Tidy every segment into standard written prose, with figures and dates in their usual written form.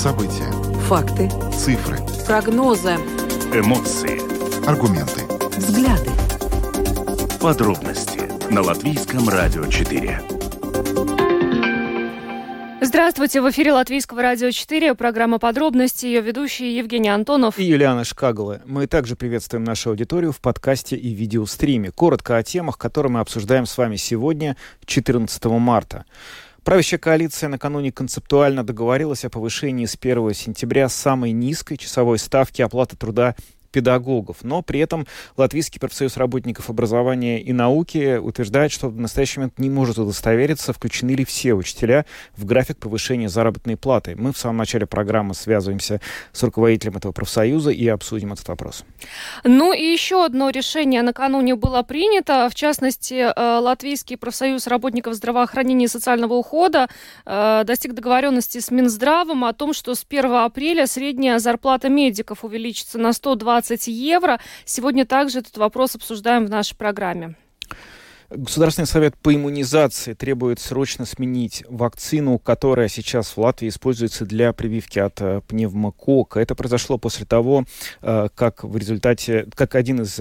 События. Факты. Цифры. Прогнозы. Эмоции. Аргументы. Взгляды. Подробности на Латвийском радио 4. Здравствуйте, в эфире Латвийского радио 4, программа «Подробности», ее ведущие Евгений Антонов и Юлиана Шкагала. Мы также приветствуем нашу аудиторию в подкасте и видеостриме. Коротко о темах, которые мы обсуждаем с вами сегодня, 14 марта. Правящая коалиция накануне концептуально договорилась о повышении с 1 сентября самой низкой часовой ставки оплаты труда педагогов. Но при этом Латвийский профсоюз работников образования и науки утверждает, что в настоящий момент не может удостовериться, включены ли все учителя в график повышения заработной платы. Мы в самом начале программы связываемся с руководителем этого профсоюза и обсудим этот вопрос. Ну и еще одно решение накануне было принято. В частности, Латвийский профсоюз работников здравоохранения и социального ухода достиг договоренности с Минздравом о том, что с 1 апреля средняя зарплата медиков увеличится на 120 евро. Сегодня также этот вопрос обсуждаем в нашей программе. Государственный совет по иммунизации требует срочно сменить вакцину, которая сейчас в Латвии используется для прививки от пневмокока. Это произошло после того, как один из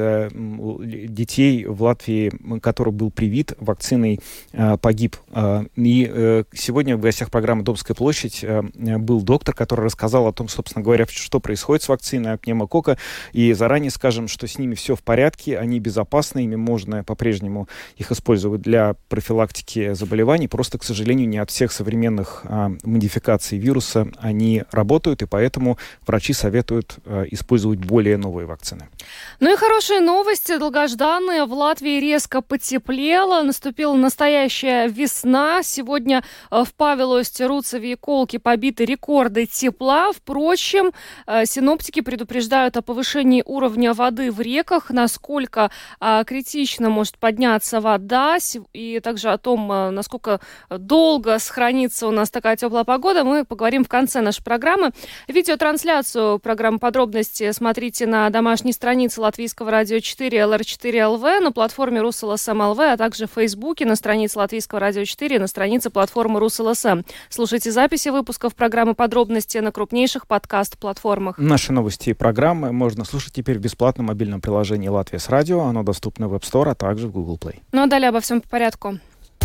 детей в Латвии, который был привит вакциной, погиб. И сегодня в гостях программы «Домская площадь» был доктор, который рассказал о том, собственно говоря, что происходит с вакциной от пневмокока. И заранее скажем, что с ними все в порядке, они безопасны, ими можно по-прежнему их использовать для профилактики заболеваний. Просто, к сожалению, не от всех современных модификаций вируса они работают, и поэтому врачи советуют использовать более новые вакцины. Ну и хорошие новости, долгожданные. В Латвии резко потеплело, наступила настоящая весна. Сегодня в Павелосте, Руцеве и Колке побиты рекорды тепла. Впрочем, синоптики предупреждают о повышении уровня воды в реках, насколько критично может подняться вода, и также о том, насколько долго сохранится у нас такая теплая погода, мы поговорим в конце нашей программы. Видеотрансляцию программы «Подробности» смотрите на домашней странице Латвийского радио 4 LR4LV, на платформе РусЛСМ.ЛВ, а также в Фейсбуке, на странице Латвийского радио 4, на странице платформы РусЛСМ. Слушайте записи выпусков программы «Подробности» на крупнейших подкаст-платформах. Наши новости и программы можно слушать теперь в бесплатном мобильном приложении «Латвия с радио». Оно доступно в App Store, а также в Google Play. Ну а далее обо всем по порядку.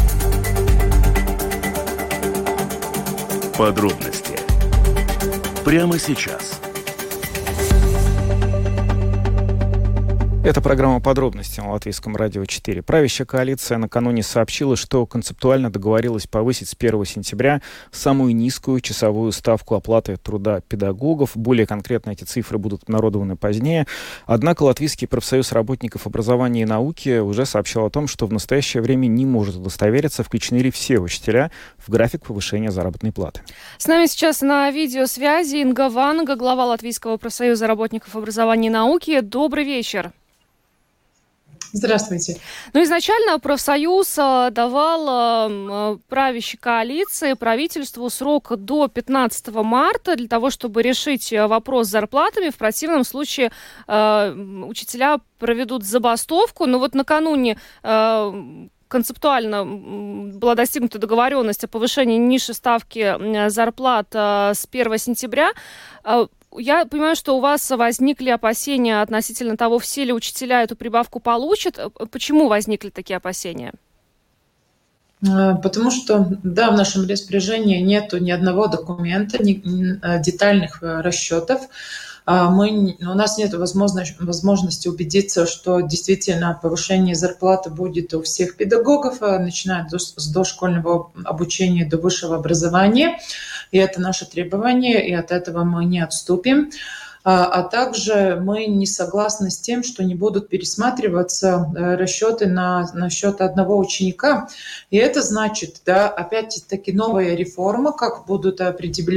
Подробности прямо сейчас. Это программа «Подробности» на Латвийском радио 4. Правящая коалиция накануне сообщила, что концептуально договорилась повысить с 1 сентября самую низкую часовую ставку оплаты труда педагогов. Более конкретно эти цифры будут обнародованы позднее. Однако Латвийский профсоюз работников образования и науки уже сообщил о том, что в настоящее время не может удостовериться, включены ли все учителя в график повышения заработной платы. С нами сейчас на видеосвязи Инга Ванга, глава Латвийского профсоюза работников образования и науки. Добрый вечер. Здравствуйте. Ну, изначально профсоюз давал правящей коалиции, правительству срок до 15 марта для того, чтобы решить вопрос с зарплатами. В противном случае учителя проведут забастовку. Но вот накануне концептуально была достигнута договоренность о повышении низшей ставки зарплат с 1 сентября. Я понимаю, что у вас возникли опасения относительно того, все ли учителя эту прибавку получат. Почему возникли такие опасения? Потому что, да, в нашем распоряжении нет ни одного документа, ни детальных расчетов. У нас нет возможности убедиться, что действительно повышение зарплаты будет у всех педагогов, начиная с дошкольного обучения до высшего образования. И это наше требование, и от этого мы не отступим. А также мы не согласны с тем, что не будут пересматриваться расчеты на счет одного ученика. И это значит, да, опять-таки новая реформа, как будут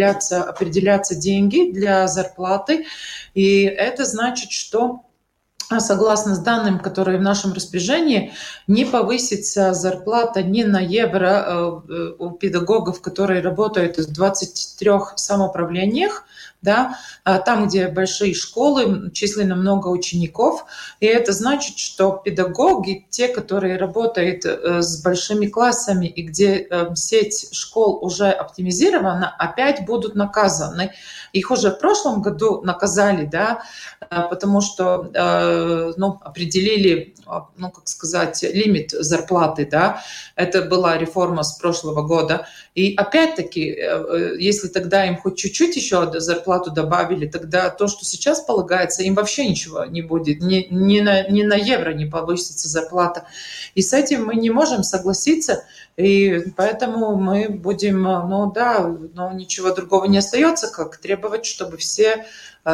определяться деньги для зарплаты. И это значит, что согласно с данными, которые в нашем распоряжении, не повысится зарплата ни на евро у педагогов, которые работают в 23 самоуправлениях, да, там, где большие школы, численно много учеников. И это значит, что педагоги, те, которые работают с большими классами и где сеть школ уже оптимизирована, опять будут наказаны. Их уже в прошлом году наказали, да, потому что определили, лимит зарплаты, да. Это была реформа с прошлого года. И опять-таки, если тогда им хоть чуть-чуть еще зарплату добавили, тогда то, что сейчас полагается, им вообще ничего не будет. Ни на евро не повысится зарплата. И с этим мы не можем согласиться. И поэтому мы будем, ничего другого не остается, как требовать, чтобы все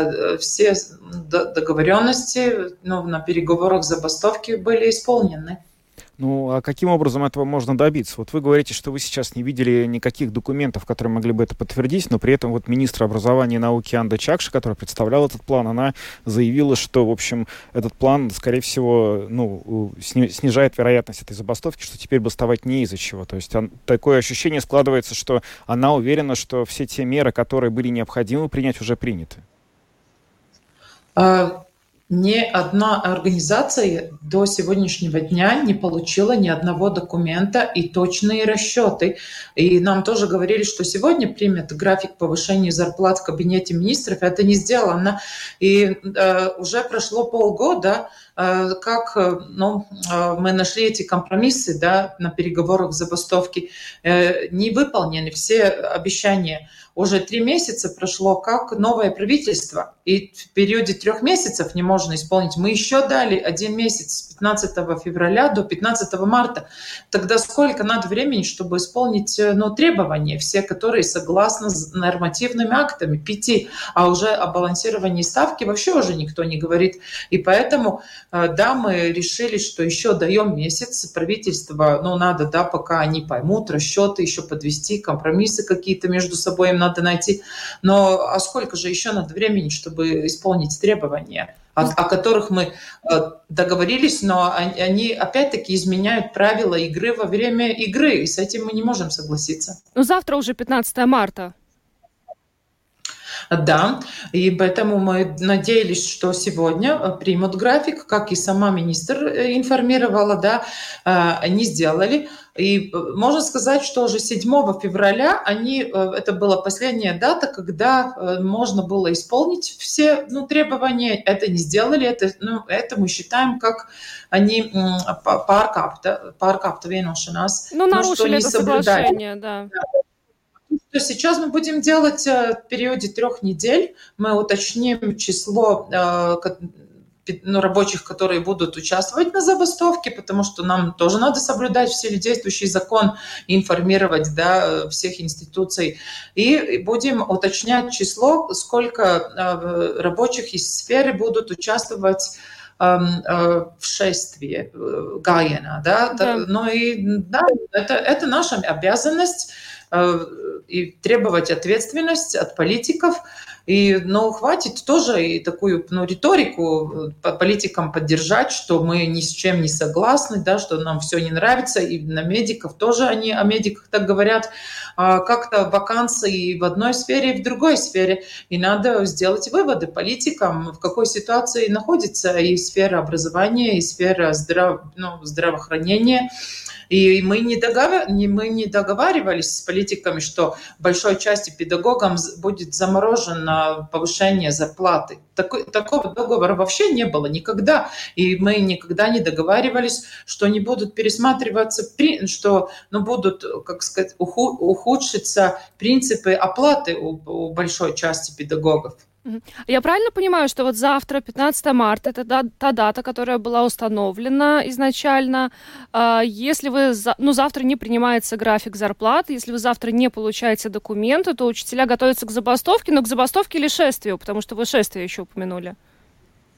договоренности на переговорах забастовки были исполнены. Ну, а каким образом этого можно добиться? Вот вы говорите, что вы сейчас не видели никаких документов, которые могли бы это подтвердить, но при этом вот министр образования и науки Анда Чакша, которая представляла этот план, она заявила, что, в общем, этот план, скорее всего, снижает вероятность этой забастовки, что теперь бастовать не из-за чего. То есть такое ощущение складывается, что она уверена, что все те меры, которые были необходимы принять, уже приняты. Ни одна организация до сегодняшнего дня не получила ни одного документа и точные расчеты. И нам тоже говорили, что сегодня примет график повышения зарплат в кабинете министров. Это не сделано. И уже прошло полгода, как мы нашли эти компромиссы, да, на переговорах забастовки. Не выполнены все обещания. Уже 3 месяца прошло, как новое правительство. И в периоде 3 месяцев не можно исполнить. Мы еще дали 1 месяц с 15 февраля до 15 марта. Тогда сколько надо времени, чтобы исполнить требования, все, которые согласны с нормативными актами, 5, а уже о балансировании ставки вообще уже никто не говорит. И поэтому, да, мы решили, что еще даем месяц. Правительство, надо, да, пока они поймут расчеты, еще подвести, компромиссы какие-то между собой им надо найти. Но сколько же еще надо времени, чтобы исполнить требования, о которых мы договорились, но они опять-таки изменяют правила игры во время игры, и с этим мы не можем согласиться. Но завтра уже 15 марта. Да, и поэтому мы надеялись, что сегодня примут график, как и сама министр информировала, да, они сделали. И можно сказать, что уже 7 февраля это была последняя дата, когда можно было исполнить все требования. Это не сделали, это мы считаем, как они pārkāpta vienošanās. Нарушили это соглашение, да. То сейчас мы будем делать в периоде 3 недель. Мы уточним число рабочих, которые будут участвовать на забастовке, потому что нам тоже надо соблюдать в силе действующий закон и информировать, да, всех институций. И будем уточнять число, сколько рабочих из сферы будут участвовать в шествии Гаена. Да? Это наша обязанность и требовать ответственность от политиков. И, хватит тоже и такую риторику политикам поддержать, что мы ни с чем не согласны, да, что нам все не нравится. И на медиков тоже они о медиках так говорят. Как-то вакансии в одной сфере и в другой сфере. И надо сделать выводы политикам, в какой ситуации находится и сфера образования, и сфера здравоохранения. И мы не договаривались с политиками, что большой части педагогам будет заморожено повышение зарплаты. Такого договора вообще не было никогда. И мы никогда не договаривались, что не будут пересматриваться, что будут, ухудшиться принципы оплаты у большой части педагогов. Я правильно понимаю, что вот завтра, 15 марта, это та дата, которая была установлена изначально. Если вы завтра не принимается график зарплат, если вы завтра не получаете документы, то учителя готовятся к забастовке, но к забастовке или шествию, потому что вы шествие еще упомянули.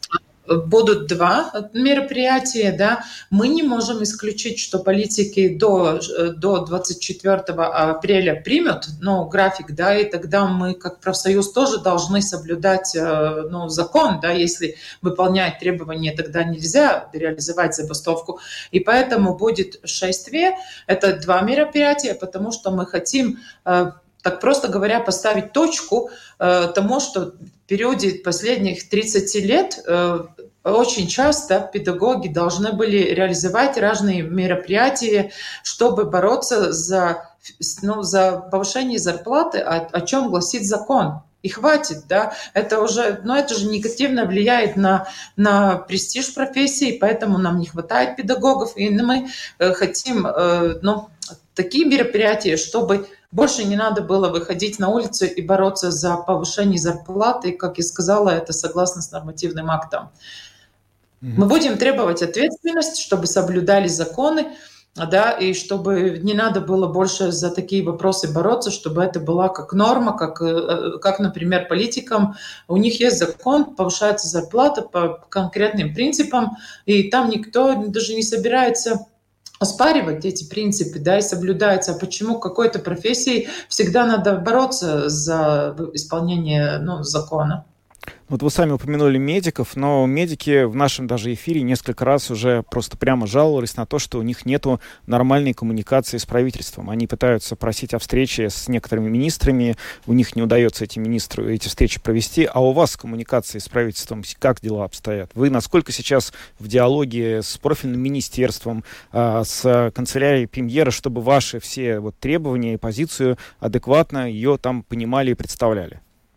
будут два мероприятия, да. Мы не можем исключить, что политики до 24 апреля примут, график, да, и тогда мы, как профсоюз, тоже должны соблюдать, закон, да, если выполнять требования, тогда нельзя реализовать забастовку. И поэтому будет шествие, это два мероприятия, потому что мы хотим, так просто говоря, поставить точку тому, что в периоде последних 30 лет очень часто педагоги должны были реализовать разные мероприятия, чтобы бороться за повышение зарплаты, о чем гласит закон. И хватит, да, это же негативно влияет на престиж профессии, поэтому нам не хватает педагогов, и мы хотим, такие мероприятия, чтобы больше не надо было выходить на улицу и бороться за повышение зарплаты, как я сказала, это согласно с нормативным актом. Мы будем требовать ответственности, чтобы соблюдали законы, да, и чтобы не надо было больше за такие вопросы бороться, чтобы это была как норма, как, например, политикам. У них есть закон, повышается зарплата по конкретным принципам, и там никто даже не собирается оспаривать эти принципы, да, и соблюдается. А почему какой-то профессии всегда надо бороться за исполнение закона? Вот вы сами упомянули медиков, но медики в нашем даже эфире несколько раз уже просто прямо жаловались на то, что у них нету нормальной коммуникации с правительством. Они пытаются просить о встрече с некоторыми министрами, у них не удается эти встречи провести. А у вас с коммуникацией с правительством как дела обстоят? Вы насколько сейчас в диалоге с профильным министерством, с канцелярией премьера, чтобы ваши все требования и позицию адекватно ее там понимали и представляли?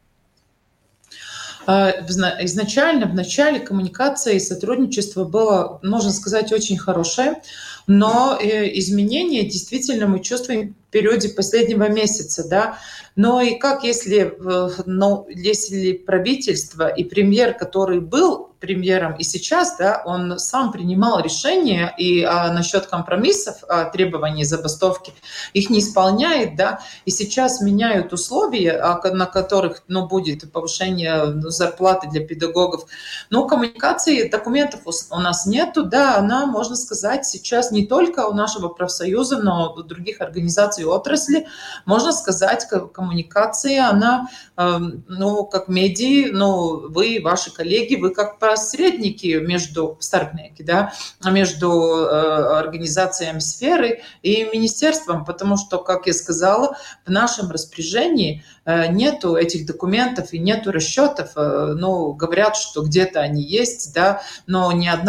Изначально, в начале коммуникация и сотрудничество было, можно сказать, очень хорошее, но изменения действительно мы чувствуем в периоде последнего месяца, да. Но и как если правительство и премьер, который был премьером и сейчас, да, он сам принимал решения и насчет компромиссов, требований забастовки, их не исполняет, да, и сейчас меняют условия, на которых, будет повышение зарплаты для педагогов. Но коммуникации, документов у нас нету, да, она, можно сказать, сейчас не только у нашего профсоюза, но у других организаций отрасли, можно сказать, коммуникация, она, как медиа, вы, ваши коллеги, вы как посредники между организациями сферы и министерством, потому что, как я сказала, в нашем распоряжении нету этих документов и нету расчетов. Говорят, что где-то они есть, да, но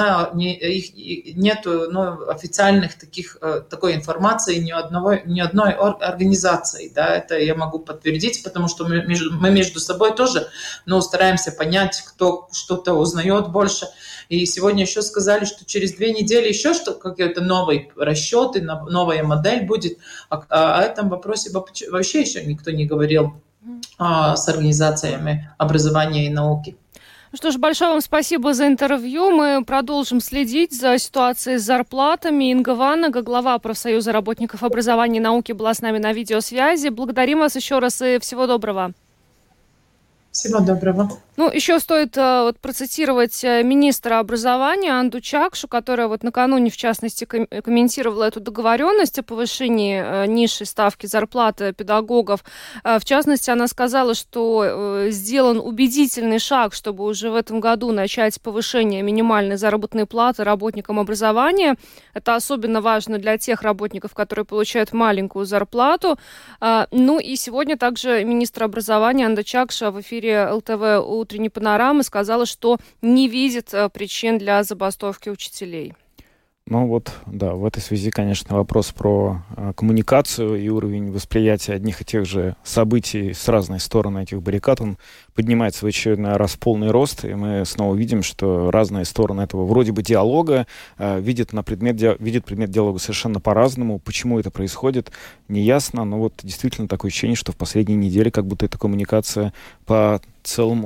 нету официальных такой информации ни одной организации, да, это я могу подтвердить, потому что мы между собой тоже, стараемся понять, кто что-то узнает больше. И сегодня еще сказали, что через 2 недели еще какой-то новый расчет и новая модель будет. О этом вопросе вообще еще никто не говорил с организациями образования и науки. Ну что ж, большое вам спасибо за интервью. Мы продолжим следить за ситуацией с зарплатами. Инга Ванага, глава профсоюза работников образования и науки, была с нами на видеосвязи. Благодарим вас еще раз и всего доброго. Всего доброго. Еще стоит процитировать министра образования Анду Чакшу, которая накануне, в частности, комментировала эту договоренность о повышении низшей ставки зарплаты педагогов. В частности, она сказала, что сделан убедительный шаг, чтобы уже в этом году начать повышение минимальной заработной платы работникам образования. Это особенно важно для тех работников, которые получают маленькую зарплату. И сегодня также министр образования Анда Чакша в эфире ЛТВ «Утренней панорамы» сказала, что не видит причин для забастовки учителей. В этой связи, конечно, вопрос про коммуникацию и уровень восприятия одних и тех же событий с разной стороны этих баррикад, он поднимается в очередной раз в полный рост, и мы снова видим, что разные стороны этого вроде бы диалога видят предмет диалога совершенно по-разному. Почему это происходит, неясно, но действительно такое ощущение, что в последние недели как будто эта коммуникация по целому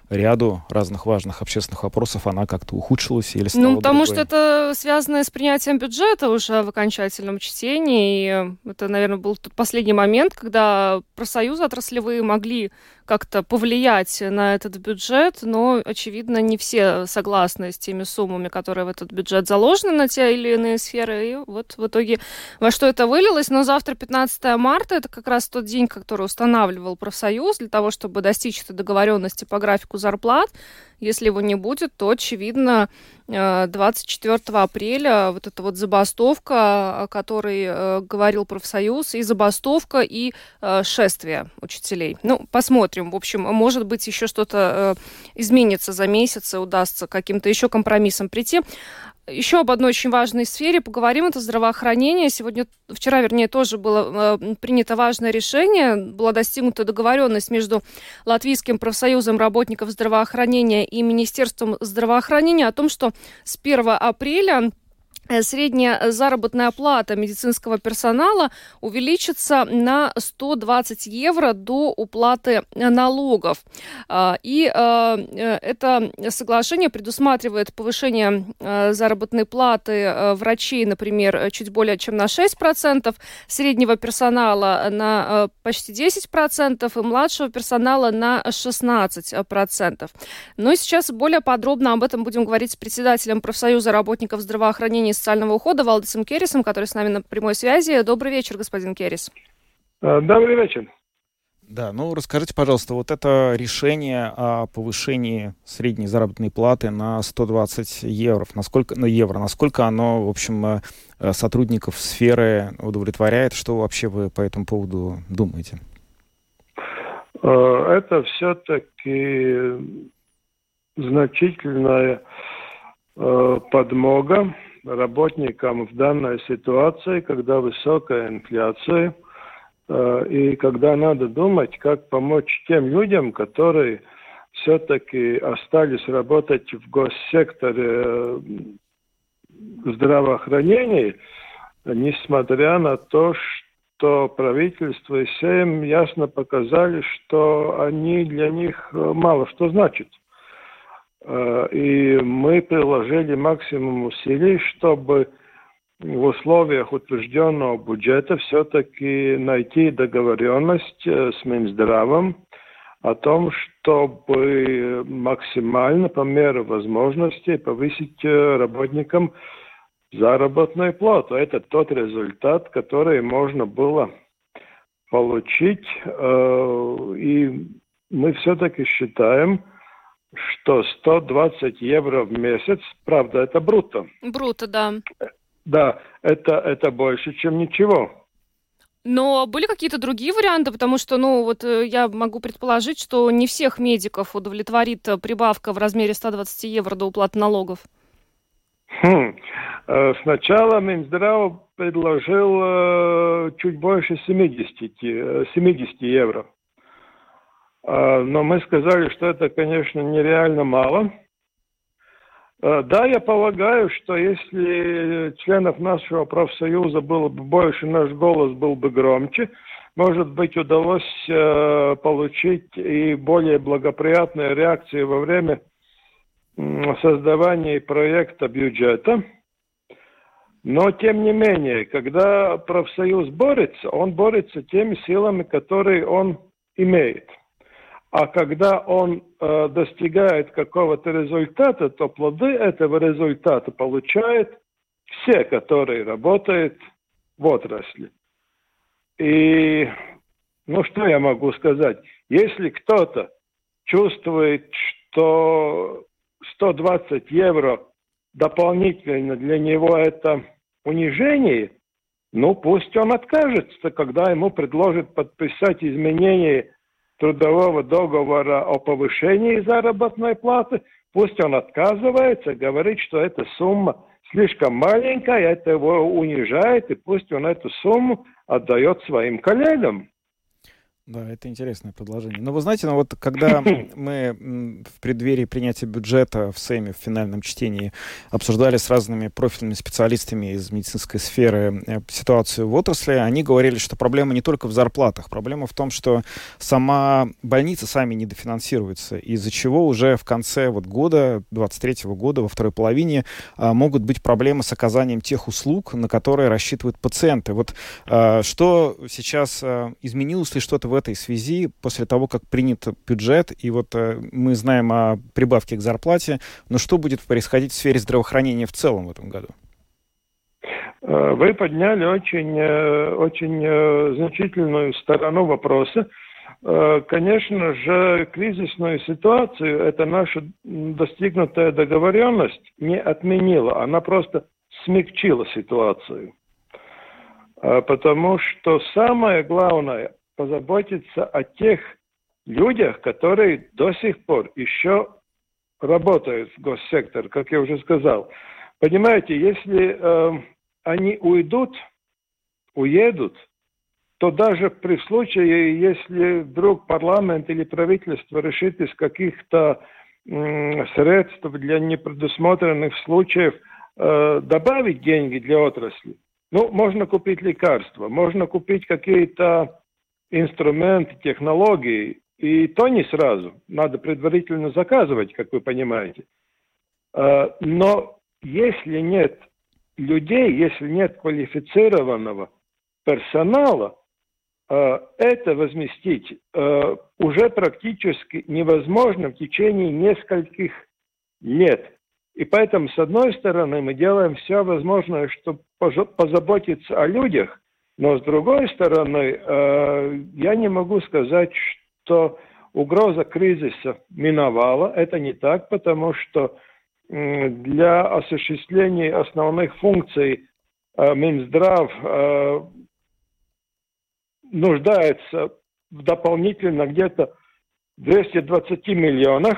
ряду разных важных общественных вопросов она как-то ухудшилась или стала потому другой? что это связано с принятием бюджета уже в окончательном чтении. И это, наверное, был тот последний момент, когда профсоюзы отраслевые могли как-то повлиять на этот бюджет, но, очевидно, не все согласны с теми суммами, которые в этот бюджет заложены на те или иные сферы. И вот в итоге во что это вылилось. Но завтра, 15 марта, это как раз тот день, который устанавливал профсоюз для того, чтобы достичь этой договоренности по графику зарплат. Если его не будет, то, очевидно, 24 апреля вот эта вот забастовка, о которой говорил профсоюз, и забастовка, и шествие учителей. Посмотрим. В общем, может быть, еще что-то изменится за месяц, и удастся каким-то еще компромиссом прийти. Еще об одной очень важной сфере поговорим. Это здравоохранение. Вчера, тоже было принято важное решение. Была достигнута договоренность между Латвийским профсоюзом работников здравоохранения и Министерством здравоохранения о том, что с 1 апреля средняя заработная плата медицинского персонала увеличится на 120 евро до уплаты налогов. И это соглашение предусматривает повышение заработной платы врачей, например, чуть более чем на 6%, среднего персонала на почти 10% и младшего персонала на 16%. Но сейчас более подробно об этом будем говорить с председателем профсоюза работников здравоохранения и социального ухода Валдисом Керрисом, который с нами на прямой связи. Добрый вечер, господин Керрис. Добрый вечер. Да, расскажите, пожалуйста, вот это решение о повышении средней заработной платы на 120 евро, насколько оно, в общем, сотрудников сферы удовлетворяет? Что вообще вы по этому поводу думаете? Это все-таки значительная подмога работникам в данной ситуации, когда высокая инфляция, и когда надо думать, как помочь тем людям, которые все-таки остались работать в госсекторе здравоохранения, несмотря на то, что правительство и Сейм ясно показали, что они для них мало что значат. И мы приложили максимум усилий, чтобы в условиях утвержденного бюджета все-таки найти договоренность с Минздравом о том, чтобы максимально по мере возможностей повысить работникам заработную плату. Это тот результат, который можно было получить. И мы все-таки считаем, что 120 евро в месяц, правда, это брутто. Брутто, да. Да, это больше, чем ничего. Но были какие-то другие варианты, потому что, я могу предположить, что не всех медиков удовлетворит прибавка в размере 120 евро до уплаты налогов. Сначала Минздрав предложил чуть больше 70 евро. Но мы сказали, что это, конечно, нереально мало. Да, я полагаю, что если членов нашего профсоюза было бы больше, наш голос был бы громче, может быть, удалось получить и более благоприятные реакции во время создавания проекта бюджета. Но, тем не менее, когда профсоюз борется, он борется теми силами, которые он имеет. А когда он достигает какого-то результата, то плоды этого результата получают все, которые работают в отрасли. И, что я могу сказать? Если кто-то чувствует, что 120 евро дополнительно для него это унижение, пусть он откажется, когда ему предложат подписать изменения трудового договора о повышении заработной платы, пусть он отказывается, говорит, что эта сумма слишком маленькая, это его унижает, и пусть он эту сумму отдает своим коллегам. Да, это интересное предложение. Но вы знаете, вот когда мы в преддверии принятия бюджета в Сейме в финальном чтении обсуждали с разными профильными специалистами из медицинской сферы ситуацию в отрасли, они говорили, что проблема не только в зарплатах. Проблема в том, что сама больница сами недофинансируется, из-за чего уже в конце года, 23-го года, во второй половине, могут быть проблемы с оказанием тех услуг, на которые рассчитывают пациенты. Вот что сейчас изменилось ли что-то в этой связи после того, как принят бюджет, и вот мы знаем о прибавке к зарплате, но что будет происходить в сфере здравоохранения в целом в этом году? Вы подняли очень значительную сторону вопроса. Конечно же, кризисную ситуацию, это наша достигнутая договоренность не отменила, она просто смягчила ситуацию. Потому что самое главное – позаботиться о тех людях, которые до сих пор еще работают в госсектор, как я уже сказал. Понимаете, если они уедут, то даже при случае, если вдруг парламент или правительство решит из каких-то средств для непредусмотренных случаев добавить деньги для отрасли, можно купить лекарства, можно купить какие-то инструменты, технологии, и то не сразу. Надо предварительно заказывать, как вы понимаете. Но если нет людей, если нет квалифицированного персонала, это возместить уже практически невозможно в течение нескольких лет. И поэтому, с одной стороны, мы делаем все возможное, чтобы позаботиться о людях, но с другой стороны, я не могу сказать, что угроза кризиса миновала. Это не так, потому что для осуществления основных функций Минздрав нуждается в дополнительно где-то 220 миллионах.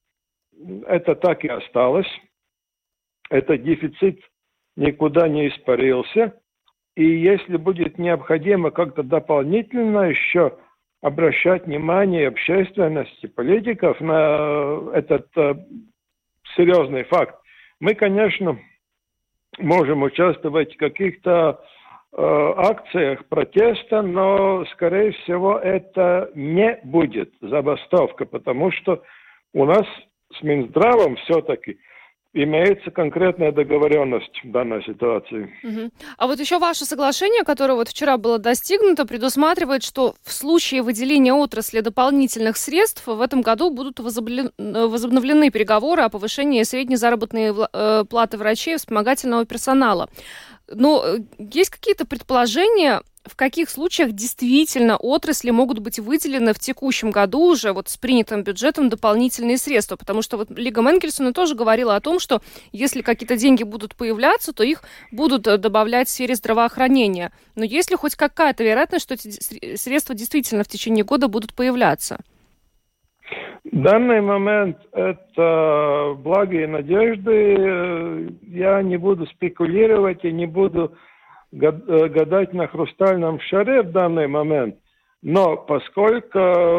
Это так и осталось. Этот дефицит никуда не испарился. И если будет необходимо как-то дополнительно еще обращать внимание общественности, политиков на этот серьезный факт, мы, конечно, можем участвовать в каких-то акциях протеста, но, скорее всего, это не будет забастовка, потому что у нас с Минздравом все-таки имеется конкретная договоренность в данной ситуации. А вот еще ваше соглашение, которое вчера было достигнуто, предусматривает, что в случае выделения отрасли дополнительных средств в этом году будут возобновлены переговоры о повышении средней заработной платы врачей и вспомогательного персонала. Но есть какие-то предположения, в каких случаях действительно отрасли могут быть выделены в текущем году уже с принятым бюджетом дополнительные средства? Потому что Лига Менкельсона тоже говорила о том, что если какие-то деньги будут появляться, то их будут добавлять в сфере здравоохранения. Но есть ли хоть какая-то вероятность, что эти средства действительно в течение года будут появляться? В данный момент это благие надежды. Я не буду спекулировать и не буду гадать на хрустальном шаре в данный момент. Но поскольку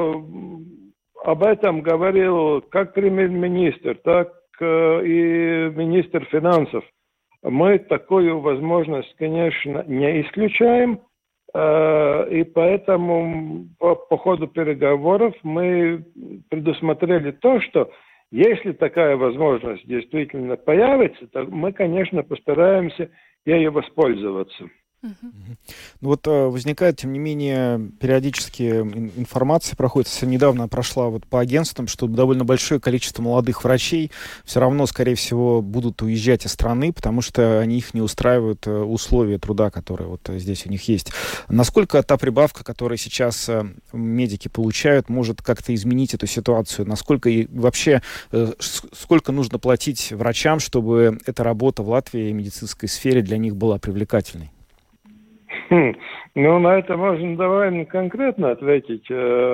об этом говорил как премьер-министр, так и министр финансов, мы такую возможность, конечно, не исключаем. И поэтому по ходу переговоров мы предусмотрели то, что если такая возможность действительно появится, то мы, конечно, постараемся ею воспользоваться. Возникает, тем не менее, периодически информация проходит. Недавно прошла по агентствам, что довольно большое количество молодых врачей все равно, скорее всего, будут уезжать из страны, потому что их не устраивают условия труда, которые здесь у них есть. Насколько та прибавка, которую сейчас медики получают, может как-то изменить эту ситуацию? Насколько и вообще, сколько нужно платить врачам, чтобы эта работа в Латвии в медицинской сфере для них была привлекательной? На это можно довольно конкретно ответить,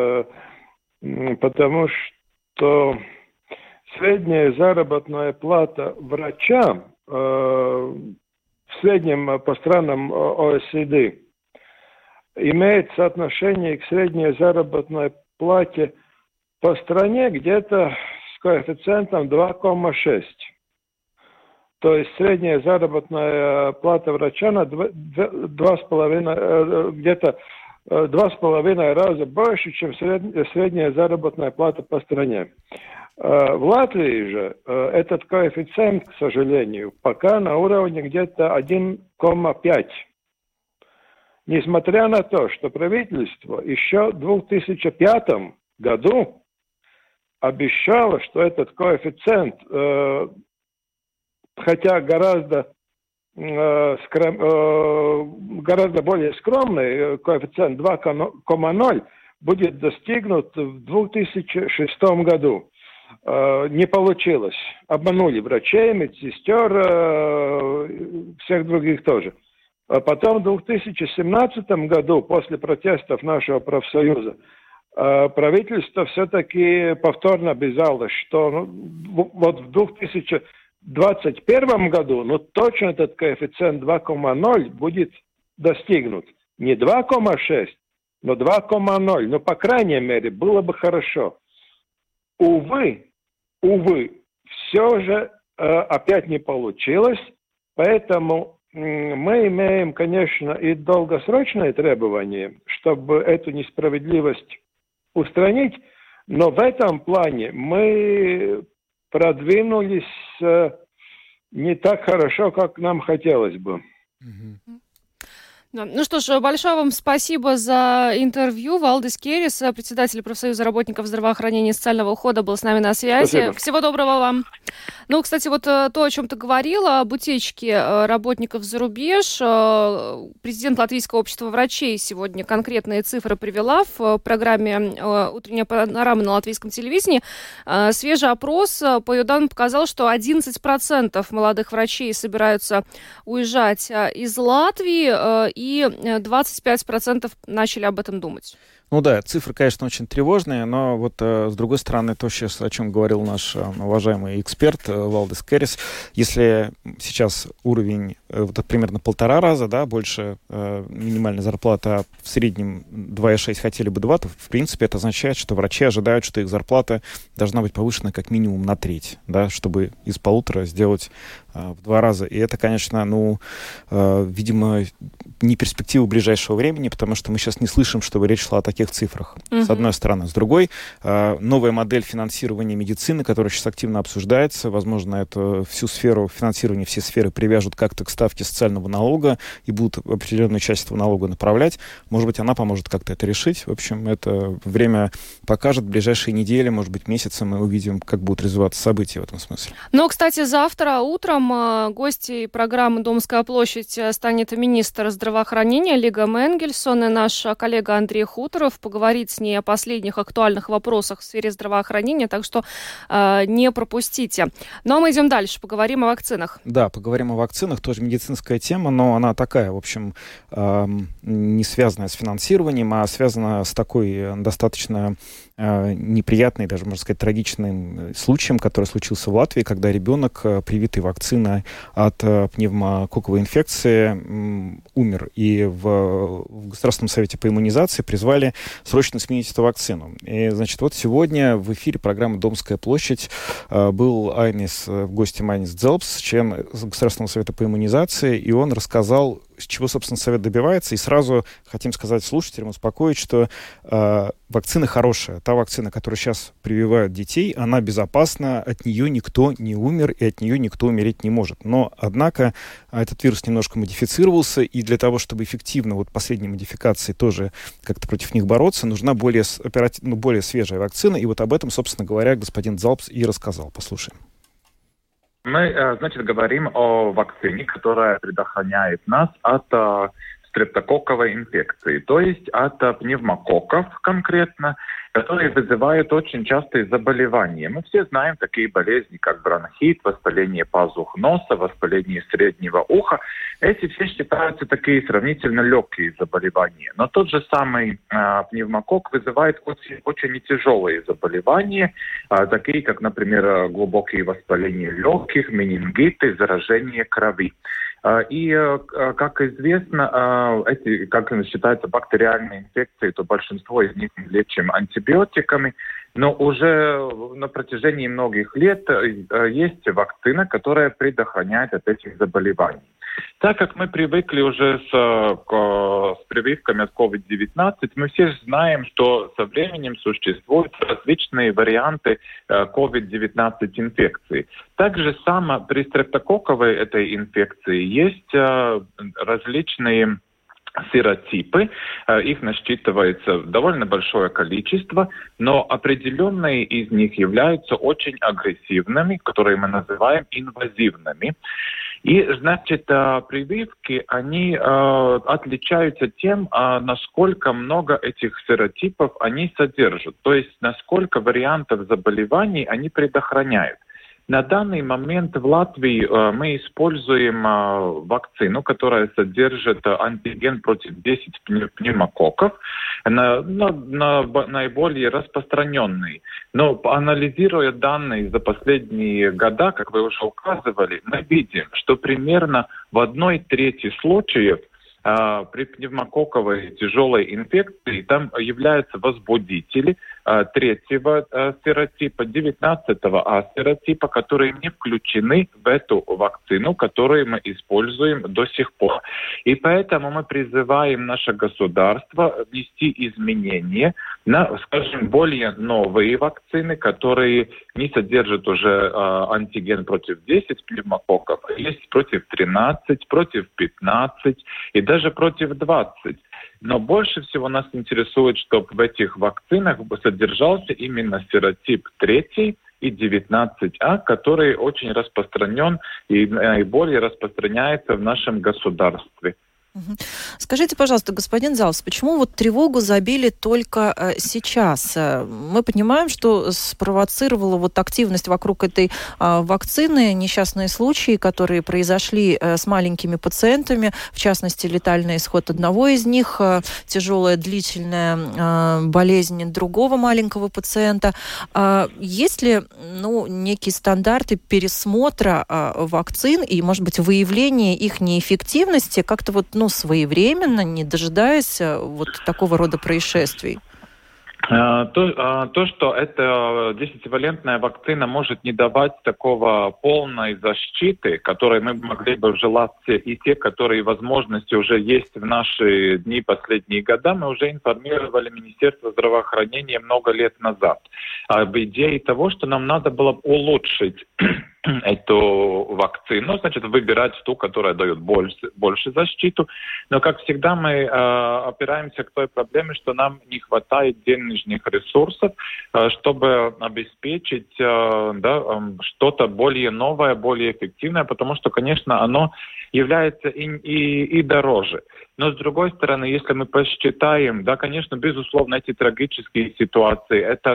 потому что средняя заработная плата врача в среднем по странам ОСД имеет соотношение к средней заработной плате по стране где-то с коэффициентом 2,6. То есть средняя заработная плата врача на где-то 2,5 раза больше, чем средняя заработная плата по стране. В Латвии же этот коэффициент, к сожалению, пока на уровне где-то 1,5. Несмотря на то, что правительство еще в 2005 году обещало, что этот коэффициент, хотя гораздо более скромный, коэффициент 2,0, будет достигнут в 2006 году. Не получилось. Обманули врачей, медсестер, всех других тоже. А потом в 2017 году, после протестов нашего профсоюза, правительство все-таки повторно обязалось, что вот в 2021 году точно этот коэффициент 2,0 будет достигнут. Не 2,6, но 2,0. По крайней мере, было бы хорошо. Увы, все же опять не получилось, поэтому мы имеем, конечно, и долгосрочные требования, чтобы эту несправедливость устранить, но в этом плане мы продвинулись не так хорошо, как нам хотелось бы. Ну что ж, большое вам спасибо за интервью. Валдис Керис, председатель профсоюза работников здравоохранения и социального ухода, был с нами на связи. Спасибо. Всего доброго вам. Ну, кстати, вот то, о чем ты говорила, об утечке работников за рубеж. Президент Латвийского общества врачей сегодня конкретные цифры привела в программе «Утренняя панорама» на латвийском телевидении. Свежий опрос, по ее данным, показал, что 11% молодых врачей собираются уезжать из Латвии, и 25% начали об этом думать. Ну да, цифры, конечно, очень тревожные, но вот с другой стороны, то, сейчас, о чем говорил наш уважаемый эксперт Валдис Керис, если сейчас уровень примерно 1,5 раза, да, больше минимальная зарплата, в среднем 2,6 хотели бы 2, то, в принципе, это означает, что врачи ожидают, что их зарплата должна быть повышена как минимум на треть, да, чтобы из 1,5 сделать в 2 раза. И это, конечно, видимо, не перспектива ближайшего времени, потому что мы сейчас не слышим, чтобы речь шла о таких цифрах, с одной стороны. С другой, новая модель финансирования медицины, которая сейчас активно обсуждается, возможно, это всю сферу финансирования, все сферы привяжут как-то к ставке социального налога и будут определенную часть этого налога направлять. Может быть, она поможет как-то это решить. В общем, это время покажет. В ближайшие недели, может быть, месяцы мы увидим, как будут развиваться события в этом смысле. Но, кстати, завтра утром гостьей программы «Домская площадь» станет министр здравоохранения Лига Менгельсон, и наш коллега Андрей Хуторов поговорит с ней о последних актуальных вопросах в сфере здравоохранения, так что не пропустите. Ну а мы идем дальше, поговорим о вакцинах. Да, поговорим о вакцинах, тоже медицинская тема, но она такая, в общем, не связанная с финансированием, а связана с такой достаточно неприятный, даже, можно сказать, трагичным случаем, который случился в Латвии, когда ребенок, привитый вакциной от пневмококковой инфекции, умер. И в Государственном совете по иммунизации призвали срочно сменить эту вакцину. И, значит, вот сегодня в эфире программы «Домская площадь» был гостем Айнис Дзелпс, член Государственного совета по иммунизации, и он рассказал, с чего, собственно, совет добивается. И сразу хотим сказать слушателям, успокоить, что вакцина хорошая. Та вакцина, которую сейчас прививают детей, она безопасна, от нее никто не умер, и от нее никто умереть не может. Но, однако, этот вирус немножко модифицировался, и для того, чтобы эффективно, вот последней модификации тоже как-то против них бороться, нужна более свежая вакцина. И вот об этом, собственно говоря, господин Дзелпс и рассказал. Послушаем. Мы, говорим о вакцине, которая предохраняет нас от стрептококковой инфекции, то есть от пневмококков конкретно, которые вызывают очень частые заболевания. Мы все знаем такие болезни, как бронхит, воспаление пазух носа, воспаление среднего уха. Эти все считаются такие сравнительно легкие заболевания. Но тот же самый пневмококк вызывает очень тяжелые заболевания, такие как, например, глубокие воспаления легких, менингиты, заражение крови. И, как известно, как считается, бактериальные инфекции, то большинство из них мы лечим антибиотиками, но уже на протяжении многих лет есть вакцина, которая предохраняет от этих заболеваний. Так как мы привыкли уже с прививками от COVID-19, мы все знаем, что со временем существуют различные варианты COVID-19 инфекции. Также само при стрептококковой этой инфекции есть различные серотипы, их насчитывается довольно большое количество, но определенные из них являются очень агрессивными, которые мы называем инвазивными. И, значит, прививки, они отличаются тем, насколько много этих серотипов они содержат, то есть насколько вариантов заболеваний они предохраняют. На данный момент в Латвии мы используем вакцину, которая содержит антиген против 10 пневмококков, наиболее распространенный. Но анализируя данные за последние года, как вы уже указывали, мы видим, что примерно в 1/3 случаев при пневмококковой тяжелой инфекции там являются возбудители 3-го серотипа, 19-го серотипа, которые не включены в эту вакцину, которую мы используем до сих пор. И поэтому мы призываем наше государство внести изменения на, скажем, более новые вакцины, которые не содержат уже антиген против 10 пневмококков, а есть против 13, против 15 и даже против 20. Но больше всего нас интересует, чтобы в этих вакцинах содержался именно серотип 3 и 19А, который очень распространен и наиболее распространяется в нашем государстве. Скажите, пожалуйста, господин Залс, почему вот тревогу забили только сейчас? Мы понимаем, что спровоцировала вот активность вокруг этой вакцины несчастные случаи, которые произошли с маленькими пациентами, в частности, летальный исход одного из них, тяжелая длительная болезнь другого маленького пациента. Есть ли некие стандарты пересмотра вакцин и, может быть, выявления их неэффективности как-то своевременно, не дожидаясь вот такого рода происшествий? То, что эта 10-валентная вакцина может не давать такого полной защиты, которой мы могли бы желать, и те, которые возможности уже есть в наши дни, последние года, мы уже информировали Министерство здравоохранения много лет назад об идее того, что нам надо было улучшить эту вакцину, значит, выбирать ту, которая дает больше защиту. Но, как всегда, мы опираемся к той проблеме, что нам не хватает денежных ресурсов, чтобы обеспечить что-то более новое, более эффективное, потому что, конечно, оно является и дороже. Но, с другой стороны, если мы посчитаем, да, конечно, безусловно, эти трагические ситуации, это,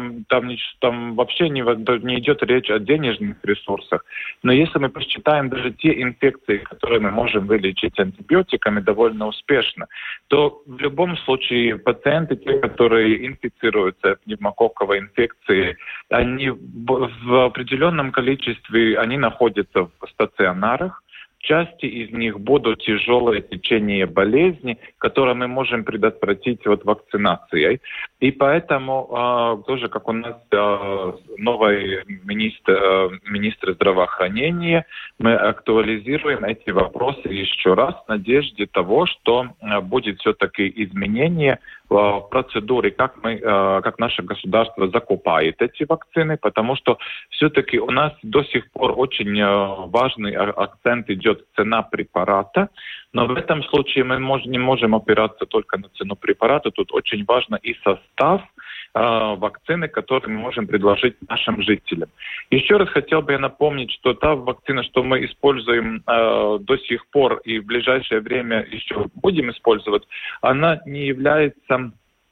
там вообще не идет речь о денежных ресурсах. Но если мы посчитаем даже те инфекции, которые мы можем вылечить антибиотиками довольно успешно, то в любом случае пациенты, те, которые инфицируются пневмококковой инфекцией, они в определенном количестве, они находятся в стационарах. Части из них будут тяжелое течение болезни, которое мы можем предотвратить вакцинацией. И поэтому тоже, как у нас новый министр здравоохранения, мы актуализируем эти вопросы еще раз в надежде того, что будет все-таки изменение в процедуре, как наше государство закупает эти вакцины, потому что все-таки у нас до сих пор очень важный акцент идет цена препарата, но в этом случае мы не можем опираться только на цену препарата, тут очень важно и состав вакцины, которую мы можем предложить нашим жителям. Еще раз хотел бы я напомнить, что та вакцина, что мы используем до сих пор и в ближайшее время еще будем использовать, она не является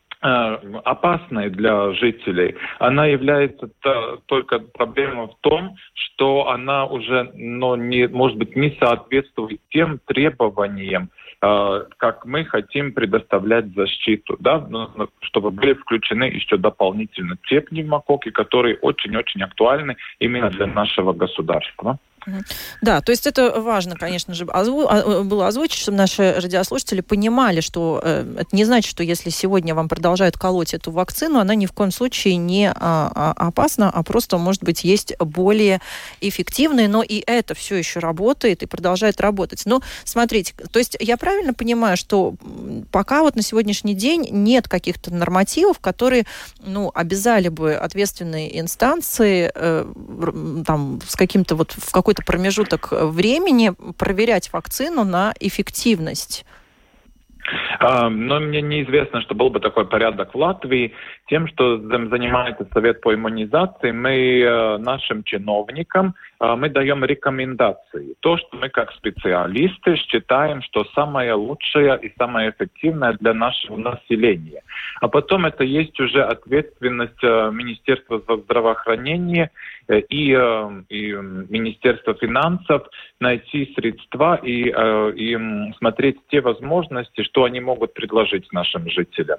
опасной для жителей. Она является только проблема в том, что она уже, может быть, не соответствует тем требованиям, как мы хотим предоставлять защиту, да, чтобы были включены еще дополнительно те пневмококки, которые очень-очень актуальны именно для нашего государства. Да, то есть это важно, конечно же, было озвучить, чтобы наши радиослушатели понимали, что это не значит, что если сегодня вам продолжают колоть эту вакцину, она ни в коем случае не опасна, а просто, может быть, есть более эффективные, но и это все еще работает и продолжает работать. Но смотрите, то есть я правильно понимаю, что пока вот на сегодняшний день нет каких-то нормативов, которые, обязали бы ответственные инстанции там с каким-то вот в какой-то промежуток времени проверять вакцину на эффективность? Но мне неизвестно, что был бы такой порядок в Латвии. Тем, что занимается Совет по иммунизации, мы нашим чиновникам мы даем рекомендации. То, что мы как специалисты считаем, что самое лучшее и самое эффективное для нашего населения. А потом это есть уже ответственность Министерства здравоохранения и Министерства финансов найти средства и смотреть те возможности, что они могут предложить нашим жителям.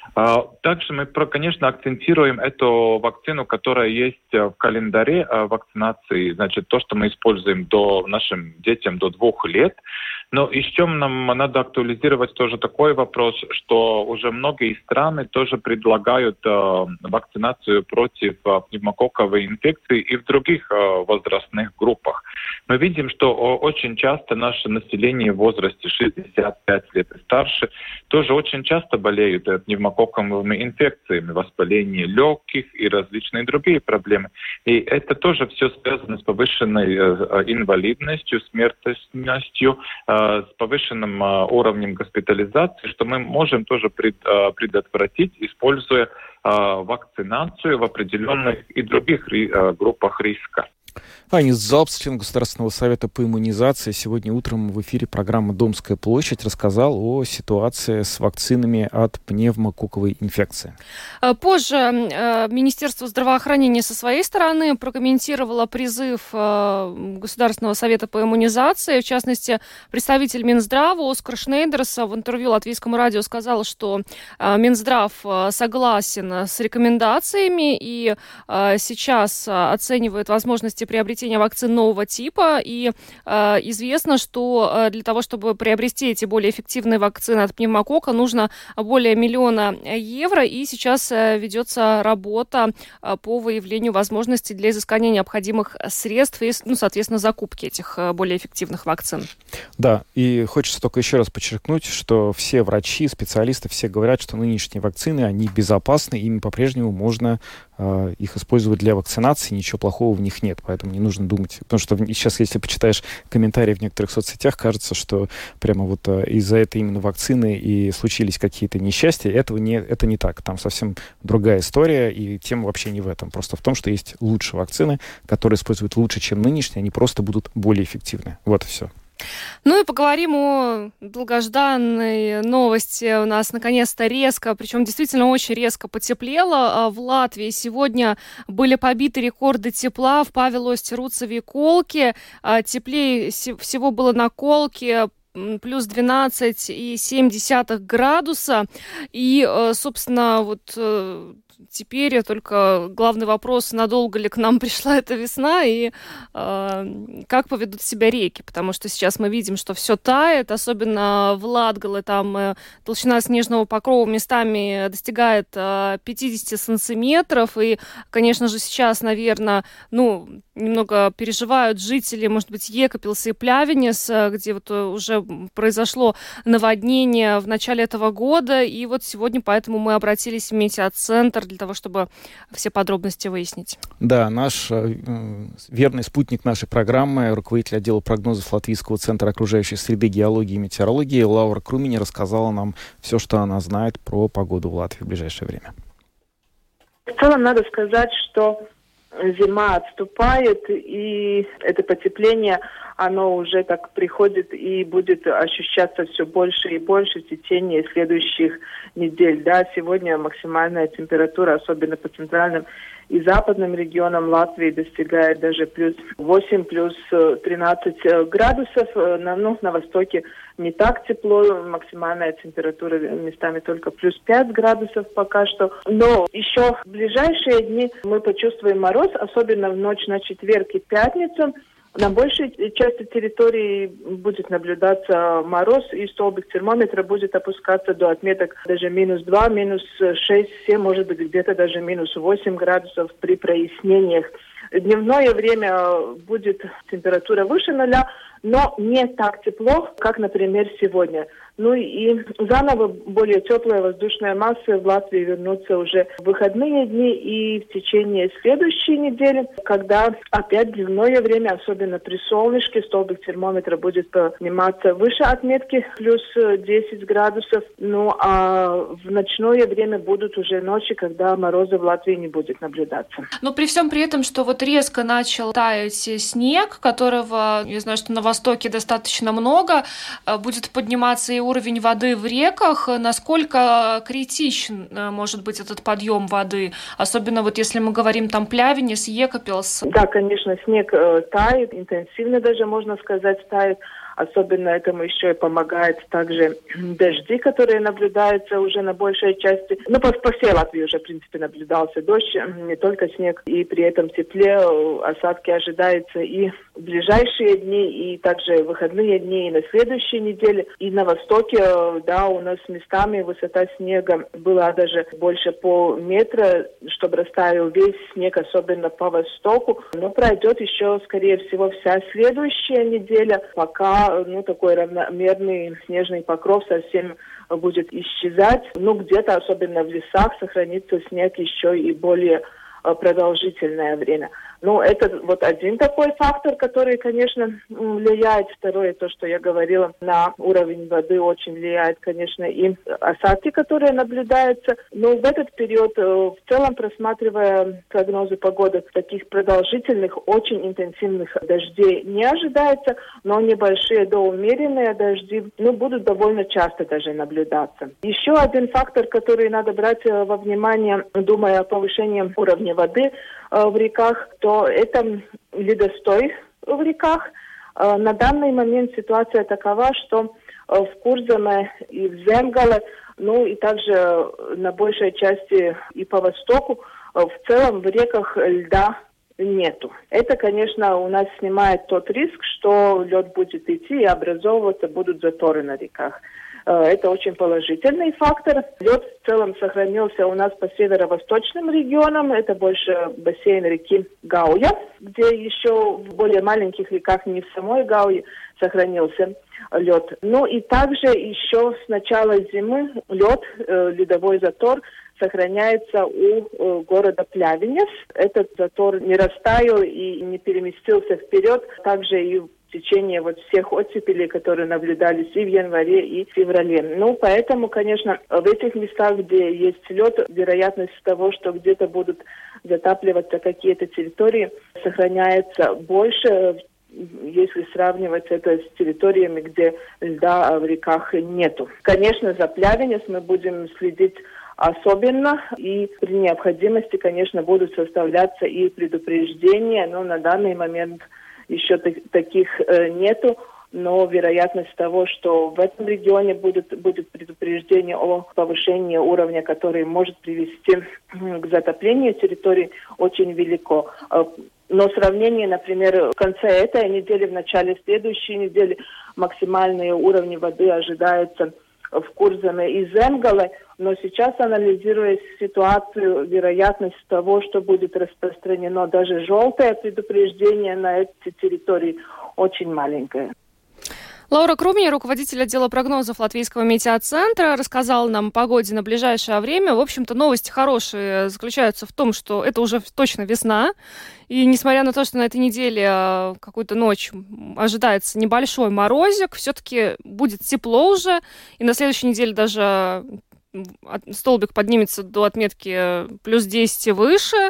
Также мы, конечно, акцентируем эту вакцину, которая есть в календаре вакцинации, значит, то, что мы используем нашим детям до 2 лет. Но еще нам надо актуализировать тоже такой вопрос, что уже многие страны тоже предлагают вакцинацию против пневмококковой инфекции и в других возрастных группах. Мы видим, что очень часто наше население в возрасте 65 лет и старше тоже очень часто болеют пневмококковыми инфекциями, воспаление легких и различные другие проблемы. И это тоже все связано с повышенной инвалидностью, смертностью, с повышенным уровнем госпитализации, что мы можем тоже предотвратить, используя вакцинацию в определенных и других группах риска. Анис Залпс, член Государственного совета по иммунизации, сегодня утром в эфире программы «Домская площадь» рассказал о ситуации с вакцинами от пневмококковой инфекции. Позже Министерство здравоохранения со своей стороны прокомментировало призыв Государственного совета по иммунизации. В частности, представитель Минздрава Оскар Шнейдерс в интервью Латвийскому радио сказал, что Минздрав согласен с рекомендациями и сейчас оценивает возможности приобретения вакцин нового типа. И известно, что для того, чтобы приобрести эти более эффективные вакцины от пневмококка, нужно более 1 миллиона евро. И сейчас ведется работа по выявлению возможностей для изыскания необходимых средств и, соответственно, закупки этих более эффективных вакцин. Да, и хочется только еще раз подчеркнуть, что все врачи, специалисты, все говорят, что нынешние вакцины, они безопасны, ими по-прежнему можно их использовать для вакцинации, ничего плохого в них нет, поэтому не нужно думать. Потому что сейчас, если почитаешь комментарии в некоторых соцсетях, кажется, что прямо вот из-за этой именно вакцины и случились какие-то несчастья. Это не так. Там совсем другая история, и тема вообще не в этом. Просто в том, что есть лучшие вакцины, которые используют лучше, чем нынешние, они просто будут более эффективны. Вот и все. Ну и поговорим о долгожданной новости. У нас наконец-то причем действительно очень резко потеплело. В Латвии сегодня были побиты рекорды тепла в Павелосте, Руцеве и Колке. Теплее всего было на Колке, плюс 12,7 градуса. И, собственно, вот теперь только главный вопрос, надолго ли к нам пришла эта весна и как поведут себя реки, потому что сейчас мы видим, что все тает, особенно в Латгале, там толщина снежного покрова местами достигает 50 сантиметров, и, конечно же, сейчас, наверное, немного переживают жители, может быть, Екапилса и Плявенес, где вот уже произошло наводнение в начале этого года, и вот сегодня поэтому мы обратились в метеоцентр для того, чтобы все подробности выяснить. Да, наш верный спутник нашей программы, руководитель отдела прогнозов Латвийского центра окружающей среды, геологии и метеорологии Лаура Крумини рассказала нам все, что она знает про погоду в Латвии в ближайшее время. В целом надо сказать, что зима отступает, и это потепление, оно уже так приходит и будет ощущаться все больше и больше в течение следующих недель. Да, сегодня максимальная температура, особенно по центральным и западным регионам Латвии, достигает даже плюс 8, плюс 13 градусов. На востоке не так тепло, максимальная температура местами только плюс 5 градусов пока что. Но еще в ближайшие дни мы почувствуем мороз, особенно в ночь на четверг и пятницу. На большей части территории будет наблюдаться мороз, и столбик термометра будет опускаться до отметок даже -2, -6, 7, может быть, где-то даже -8 градусов при прояснениях. Дневное время будет температура выше 0, но не так тепло, как, например, сегодня. Ну и заново более теплая воздушная масса в Латвии вернутся уже в выходные дни и в течение следующей недели, когда опять дневное время, особенно при солнышке, столбик термометра будет подниматься выше отметки +10 градусов. Ну а в ночное время будут уже ночи, когда мороза в Латвии не будет наблюдаться. Но при всем при этом, что вот резко начал таять снег, которого, я знаю, что на востоке достаточно много, будет подниматься и уровень воды в реках. Насколько критичен может быть этот подъем воды? Особенно вот если мы говорим там Плявенес, Екапелс. Да, конечно, снег тает, интенсивно даже, можно сказать, тает. Особенно этому еще и помогает также дожди, которые наблюдаются уже на большей части. Ну, по всей Латвии уже, в принципе, наблюдался дождь, не только снег. И при этом тепле осадки ожидаются и в ближайшие дни, и также в выходные дни, и на следующей неделе. И на востоке, да, у нас местами высота снега была даже больше полметра, чтобы растаял весь снег, особенно по востоку. Но пройдет еще, скорее всего, вся следующая неделя, пока такой равномерный снежный покров совсем будет исчезать. Где-то, особенно в лесах, сохранится снег еще и более продолжительное время. Это вот один такой фактор, который, конечно, влияет. Второе, то, что я говорила, на уровень воды очень влияет, конечно, и осадки, которые наблюдаются. Но в этот период, в целом, просматривая прогнозы погоды, таких продолжительных, очень интенсивных дождей не ожидается, но небольшие до умеренные дожди будут довольно часто даже наблюдаться. Еще один фактор, который надо брать во внимание, думая о повышении уровня воды в реках, то это ледостой в реках. На данный момент ситуация такова, что в Курзаме и в Земгале, и также на большей части и по востоку, в целом в реках льда нету. Это, конечно, у нас снимает тот риск, что лед будет идти и образовываться будут заторы на реках. Это очень положительный фактор. Лед в целом сохранился у нас по северо-восточным регионам. Это больше бассейн реки Гауя, где еще в более маленьких реках, не в самой Гауе, сохранился лед. И также еще с начала зимы лед, ледовой затор, сохраняется у города Плявенес. Этот затор не растаял и не переместился вперед. Также и в течение всех оттепелей, которые наблюдались и в январе, и в феврале. Поэтому, конечно, в этих местах, где есть лед, вероятность того, что где-то будут затапливаться какие-то территории, сохраняется больше, если сравнивать это с территориями, где льда в реках нету. Конечно, за Плявенес мы будем следить особенно, и при необходимости, конечно, будут составляться и предупреждения, но на данный момент еще таких нету, но вероятность того, что в этом регионе будет предупреждение о повышении уровня, который может привести к затоплению территории, очень велико. Но сравнение, например, в конце этой недели, в начале следующей недели максимальные уровни воды ожидаются в Курзаме и Земгале, но сейчас, анализируя ситуацию, вероятность того, что будет распространено даже желтое предупреждение на эти территории, очень маленькая. Лаура Крумия, руководитель отдела прогнозов Латвийского метеоцентра, рассказала нам о погоде на ближайшее время. В общем-то, новости хорошие заключаются в том, что это уже точно весна. И несмотря на то, что на этой неделе какую-то ночь ожидается небольшой морозик, все-таки будет тепло уже. И на следующей неделе даже столбик поднимется до отметки +10 и выше.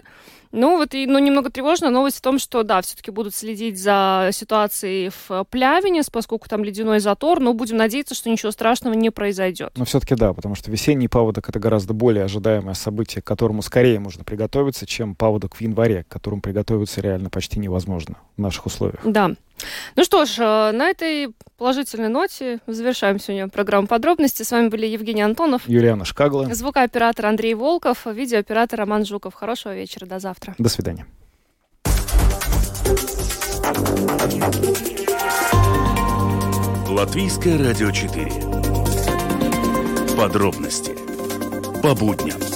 Немного тревожная новость в том, что, да, все-таки будут следить за ситуацией в Плявенес, поскольку там ледяной затор, но будем надеяться, что ничего страшного не произойдет. Но все-таки да, потому что весенний паводок — это гораздо более ожидаемое событие, к которому скорее можно приготовиться, чем паводок в январе, к которому приготовиться реально почти невозможно в наших условиях. Да. Ну что ж, на этой положительной ноте завершаем сегодня программу «Подробности». С вами были Евгений Антонов, Юлиана Шкагла, звукооператор Андрей Волков, видеооператор Роман Жуков. Хорошего вечера, до завтра. До свидания. Латвийское радио 4. Подробности по будням.